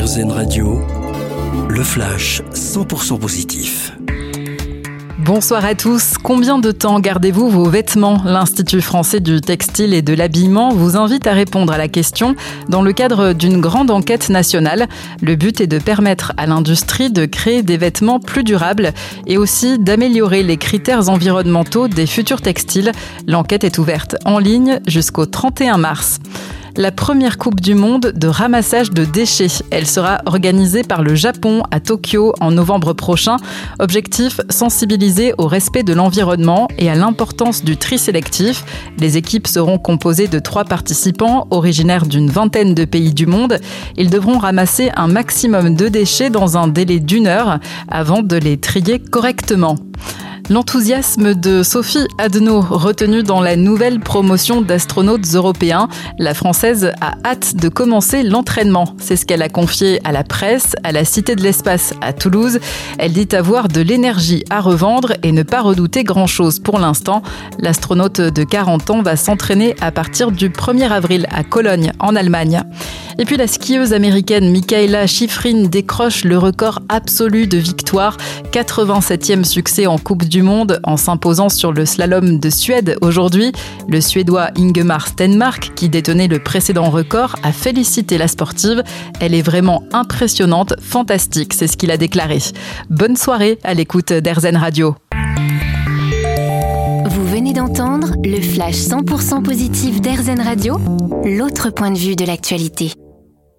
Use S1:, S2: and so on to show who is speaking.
S1: RZN Radio, le flash 100% positif.
S2: Bonsoir à tous. Combien de temps gardez-vous vos vêtements ? L'Institut français du textile et de l'habillement vous invite à répondre à la question dans le cadre d'une grande enquête nationale. Le but est de permettre à l'industrie de créer des vêtements plus durables et aussi d'améliorer les critères environnementaux des futurs textiles. L'enquête est ouverte en ligne jusqu'au 31 mars. La première Coupe du Monde de ramassage de déchets. Elle sera organisée par le Japon à Tokyo en novembre prochain. Objectif, sensibiliser au respect de l'environnement et à l'importance du tri sélectif. Les équipes seront composées de 3 participants originaires d'une vingtaine de pays du monde. Ils devront ramasser un maximum de déchets dans un délai d'1 heure avant de les trier correctement. L'enthousiasme de Sophie Adenau, retenue dans la nouvelle promotion d'astronautes européens. La Française a hâte de commencer l'entraînement. C'est ce qu'elle a confié à la presse, à la Cité de l'Espace à Toulouse. Elle dit avoir de l'énergie à revendre et ne pas redouter grand-chose pour l'instant. L'astronaute de 40 ans va s'entraîner à partir du 1er avril à Cologne, en Allemagne. Et puis la skieuse américaine Mikaela Shiffrin décroche le record absolu de victoires. 87e succès en Coupe du Monde en s'imposant sur le slalom de Suède aujourd'hui. Le Suédois Ingemar Stenmark, qui détenait le précédent record, a félicité la sportive. Elle est vraiment impressionnante, fantastique, c'est ce qu'il a déclaré. Bonne soirée à l'écoute d'RZN Radio.
S3: Vous venez d'entendre le flash 100% positif d'RZN Radio, l'autre point de vue de l'actualité.